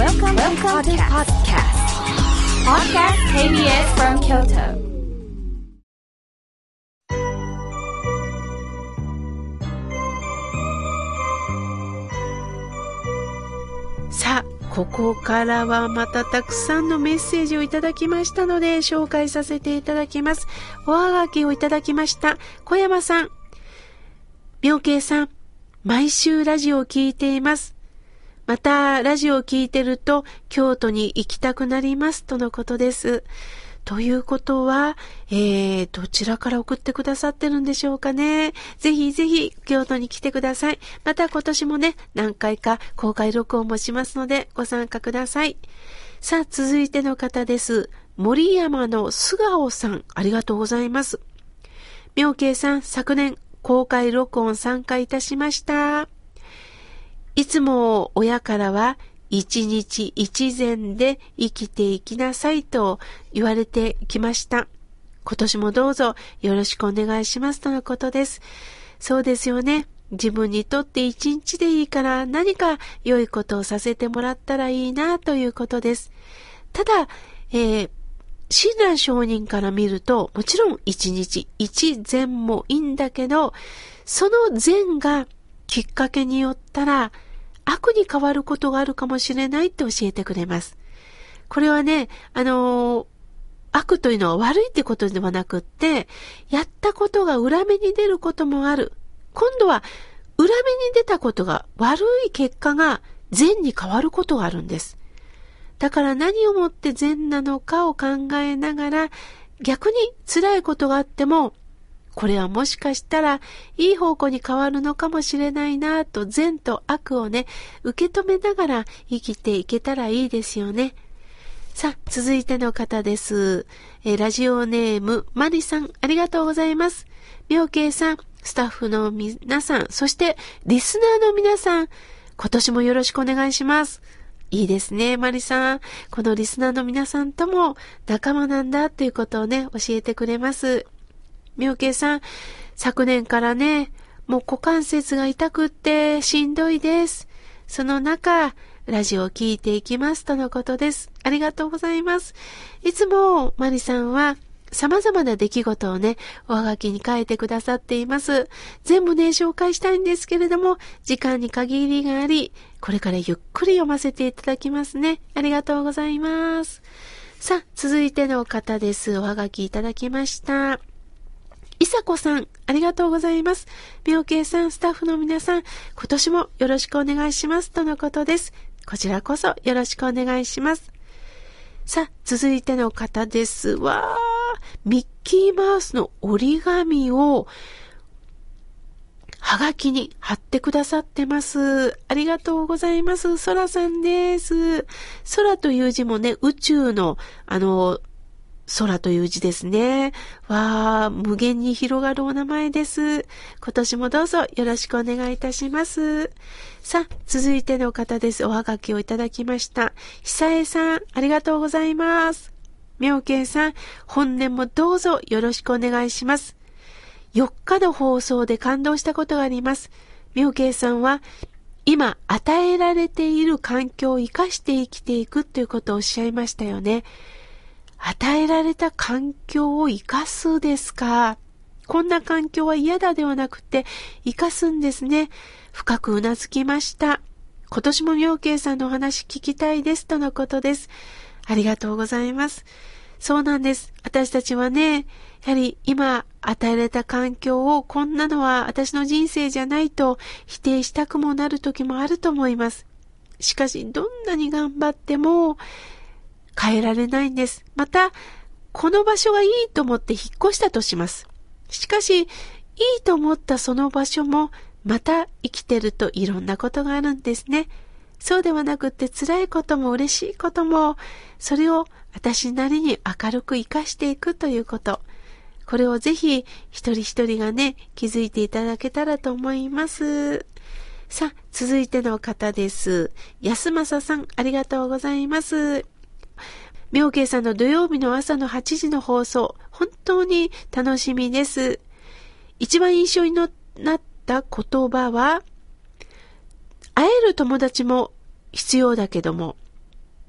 Welcome to podcast. Podcast KBS from Kyoto. さあ、ここからはまたたくさんのメッセージをいただきましたので紹介させていただきます。おはがきをいただきました小山さん、妙慶さん、毎週ラジオを聞いています。またラジオを聞いてると京都に行きたくなりますとのことです。ということは、どちらから送ってくださってるんでしょうかね。ぜひぜひ京都に来てください。また今年もね、何回か公開録音もしますのでご参加ください。さあ、続いての方です。森山の素顔さん、ありがとうございます。妙慶さん、昨年公開録音参加いたしました。いつも親からは一日一善で生きていきなさいと言われてきました。今年もどうぞよろしくお願いしますとのことです。そうですよね。自分にとって一日でいいから何か良いことをさせてもらったらいいなということです。ただ、親鸞上人から見るともちろん一日一善もいいんだけど、その善がきっかけによったら悪に変わることがあるかもしれないって教えてくれます。これはね、悪というのは悪いってことではなくって、やったことが裏目に出ることもある。今度は裏目に出たことが悪い結果が善に変わることがあるんです。だから何をもって善なのかを考えながら、逆に辛いことがあっても、これはもしかしたらいい方向に変わるのかもしれないなと善と悪をね、受け止めながら生きていけたらいいですよね。さあ、続いての方です。ラジオネームマリさん、ありがとうございます。妙慶さん、スタッフの皆さん、そしてリスナーの皆さん、今年もよろしくお願いします。いいですね、マリさん。このリスナーの皆さんとも仲間なんだということをね、教えてくれます。妙慶さん、昨年からね、もう股関節が痛くってしんどいです。その中、ラジオを聞いていきますとのことです。ありがとうございます。いつもマリさんは様々な出来事をね、おはがきに書いてくださっています。全部ね、紹介したいんですけれども、時間に限りがあり、これからゆっくり読ませていただきますね。ありがとうございます。さあ、続いての方です。おはがきいただきました。いさこさん、ありがとうございます。妙慶さん、スタッフの皆さん、今年もよろしくお願いしますとのことです。こちらこそよろしくお願いします。さあ、続いての方です。わー、ミッキーマウスの折り紙をはがきに貼ってくださってます。ありがとうございます。ソラさんです。空という字もね、宇宙の空という字ですね。わー、無限に広がるお名前です。今年もどうぞよろしくお願いいたします。さあ、続いての方です。おはがきをいただきました。久江さん、ありがとうございます。妙慶さん、本年もどうぞよろしくお願いします。4日の放送で感動したことがあります。妙慶さんは、今与えられている環境を生かして生きていくということをおっしゃいましたよね。与えられた環境を生かすですか。こんな環境は嫌だではなくて生かすんですね。深くうなずきました。今年も妙慶さんのお話聞きたいですとのことです。ありがとうございます。そうなんです。私たちはね、やはり今与えられた環境をこんなのは私の人生じゃないと否定したくもなる時もあると思います。しかしどんなに頑張っても変えられないんです。また、この場所がいいと思って引っ越したとします。しかし、いいと思ったその場所も、また生きてるといろんなことがあるんですね。そうではなくって辛いことも嬉しいことも、それを私なりに明るく生かしていくということ。これをぜひ一人一人がね、気づいていただけたらと思います。さあ、続いての方です。安正さん、ありがとうございます。妙慶さんの土曜日の朝の8時の放送、本当に楽しみです。一番印象になった言葉は、会える友達も必要だけども、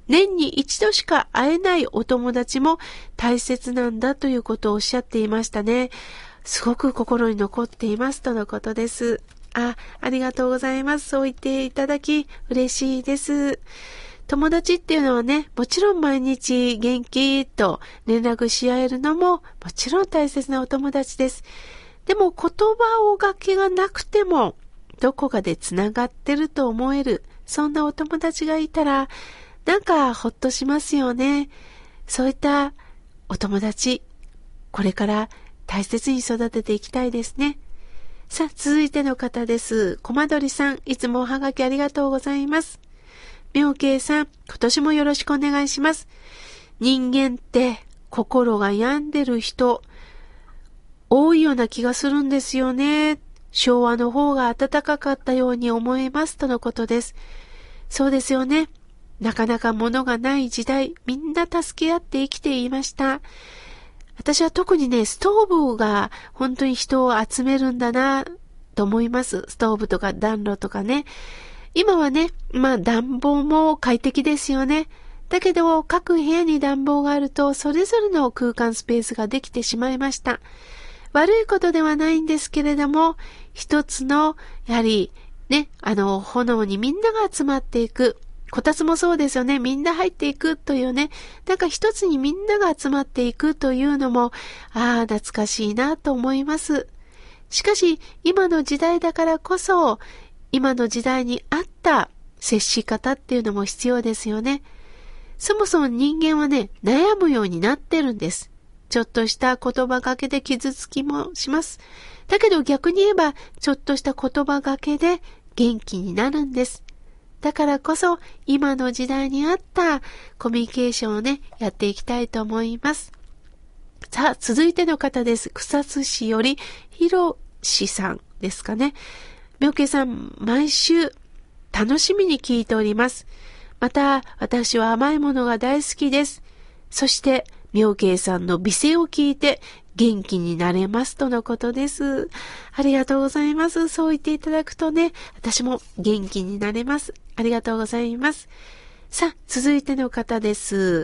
年に一度しか会えないお友達も大切なんだということをおっしゃっていましたね。すごく心に残っていますとのことです。ありがとうございます。そう言っていただき嬉しいです。友達っていうのはね、もちろん毎日元気と連絡し合えるのももちろん大切なお友達です。でも言葉をがけがなくてもどこかでつながってると思える、そんなお友達がいたらなんかほっとしますよね。そういったお友達、これから大切に育てていきたいですね。さあ、続いての方です。コマドリさん、いつもおはがきありがとうございます。妙慶さん、今年もよろしくお願いします。人間って心が病んでる人多いような気がするんですよね。昭和の方が暖かかったように思いますとのことです。そうですよね。なかなか物がない時代、みんな助け合って生きていました。私は特にね、ストーブが本当に人を集めるんだなと思います。ストーブとか暖炉とかね。今はね、暖房も快適ですよね。だけど各部屋に暖房があるとそれぞれの空間スペースができてしまいました。悪いことではないんですけれども、一つのやはりね、炎にみんなが集まっていく。こたつもそうですよね。みんな入っていくというね。なんか一つにみんなが集まっていくというのも、懐かしいなと思います。しかし、今の時代だからこそ、今の時代に合った接し方っていうのも必要ですよね。そもそも人間はね、悩むようになってるんです。ちょっとした言葉がけで傷つきもします。だけど逆に言えば、ちょっとした言葉がけで元気になるんです。だからこそ今の時代に合ったコミュニケーションをね、やっていきたいと思います。さあ、続いての方です。草津市よりひろしさんですかね。妙慶さん、毎週楽しみに聞いております。また、私は甘いものが大好きです。そして、妙慶さんの美声を聞いて元気になれますとのことです。ありがとうございます。そう言っていただくとね、私も元気になれます。ありがとうございます。さあ、続いての方です。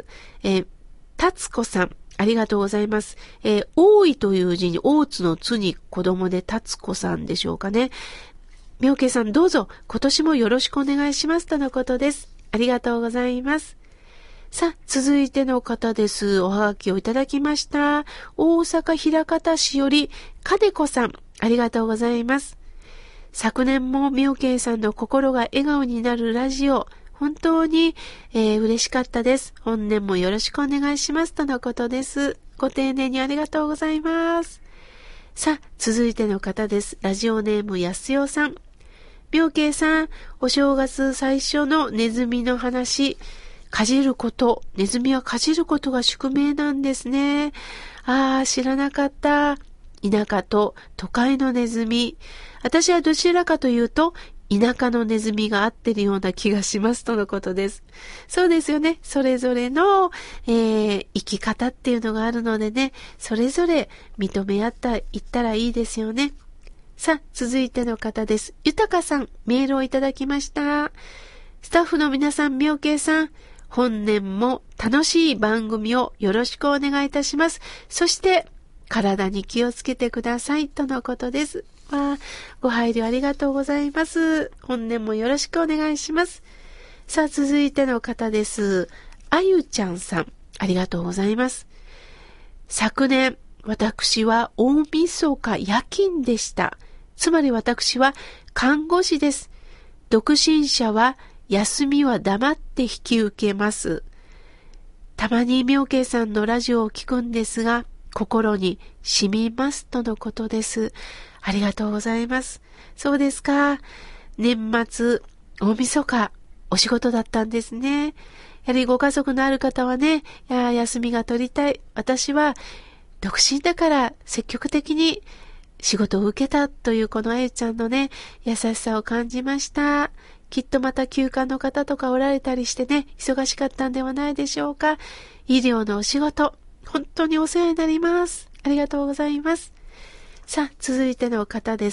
たつこさん、ありがとうございます。多いという字に大津の津に子供でたつこさんでしょうかね。妙慶さん、どうぞ今年もよろしくお願いしますとのことです。ありがとうございます。さあ、続いての方です。おはがきをいただきました。大阪枚方市よりかでこさん、ありがとうございます。昨年も妙慶さんの心が笑顔になるラジオ、本当に、嬉しかったです。本年もよろしくお願いしますとのことです。ご丁寧にありがとうございます。さあ、続いての方です。ラジオネームやすよさん。妙慶さん、お正月最初のネズミの話、かじること、ネズミはかじることが宿命なんですね。知らなかった。田舎と都会のネズミ。私はどちらかというと、田舎のネズミが合ってるような気がしますとのことです。そうですよね。それぞれの、生き方っていうのがあるのでね、それぞれ認め合ったいったらいいですよね。さあ、続いての方です。ゆたかさん、メールをいただきました。スタッフの皆さん、妙慶さん、本年も楽しい番組をよろしくお願いいたします。そして、体に気をつけてくださいとのことです。ご配慮ありがとうございます。本年もよろしくお願いします。さあ、続いての方です。あゆちゃんさん、ありがとうございます。昨年、私は大晦日夜勤でした。つまり私は看護師です。独身者は休みは黙って引き受けます。たまに妙慶さんのラジオを聞くんですが、心に染みますとのことです。ありがとうございます。そうですか。年末、大晦日、お仕事だったんですね。やはりご家族のある方はね、休みが取りたい。私は独身だから積極的に仕事を受けたというこのあゆちゃんのね、優しさを感じました。きっとまた休暇の方とかおられたりしてね、忙しかったんではないでしょうか。医療のお仕事、本当にお世話になります。ありがとうございます。さあ、続いての方です。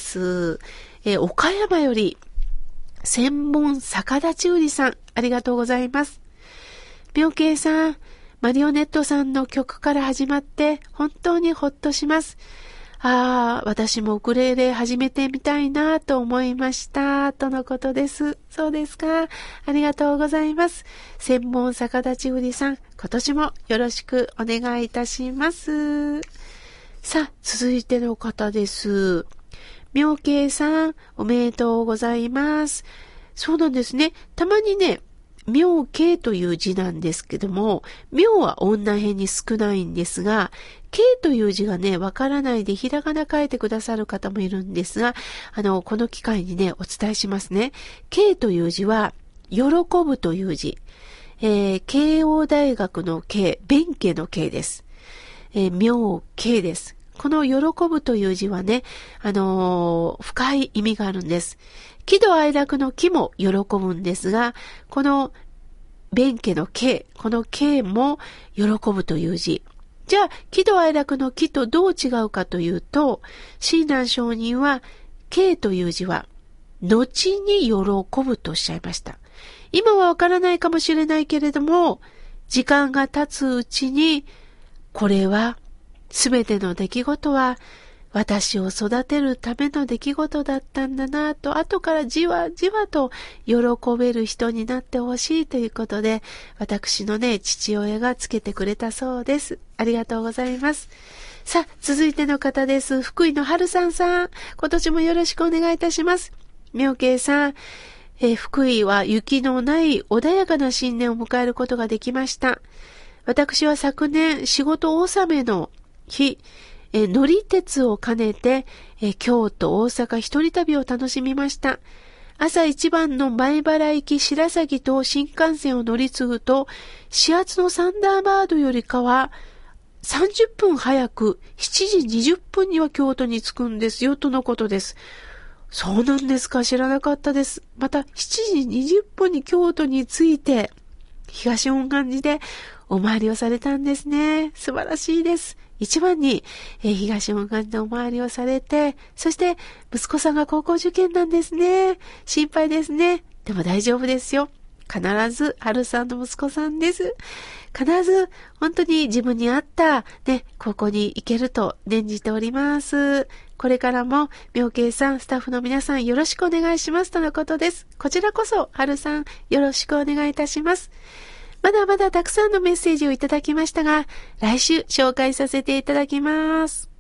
岡山より、千本逆立ち売りさん、ありがとうございます。 妙慶さん、マリオネットさんの曲から始まって本当にほっとします。私もウクレレ始めてみたいなと思いました。とのことです。そうですか。ありがとうございます。専門逆立ち売りさん、今年もよろしくお願いいたします。さあ、続いての方です。妙慶さん、おめでとうございます。そうなんですね。たまにね、妙慶という字なんですけども、妙は女編に少ないんですが、慶という字がね、わからないでひらがな書いてくださる方もいるんですが、この機会にね、お伝えしますね。慶という字は、喜ぶという字。慶応大学の慶、弁慶の慶です。妙慶です。この喜ぶという字はね、深い意味があるんです。喜怒哀楽の喜も喜ぶんですが、この弁慶の慶、この慶も喜ぶという字。じゃあ、喜怒哀楽の喜とどう違うかというと、親鸞上人は、慶という字は、後に喜ぶとおっしゃいました。今はわからないかもしれないけれども、時間が経つうちに、これは、すべての出来事は、私を育てるための出来事だったんだなと、後からじわじわと喜べる人になってほしいということで、私のね、父親がつけてくれたそうです。ありがとうございます。さあ、続いての方です。福井の春さんさん。今年もよろしくお願いいたします。妙慶さん。福井は雪のない穏やかな新年を迎えることができました。私は昨年仕事納めの日、乗り鉄を兼ねて、京都、大阪一人旅を楽しみました。朝一番の前原行き白鷺と新幹線を乗り継ぐと、始発のサンダーバードよりかは30分早く7時20分には京都に着くんですよ、とのことです。そうなんですか、知らなかったです。また7時20分に京都に着いて、東本願寺でお参りをされたんですね。素晴らしいです。一番に、東本願寺のお参りをされて、そして息子さんが高校受験なんですね。心配ですね。でも大丈夫ですよ。必ず春さんの息子さんです。必ず本当に自分に合ったね、高校に行けると念じております。これからも妙慶さん、スタッフの皆さんよろしくお願いしますとのことです。こちらこそ春さんよろしくお願いいたします。まだまだたくさんのメッセージをいただきましたが、来週紹介させていただきます。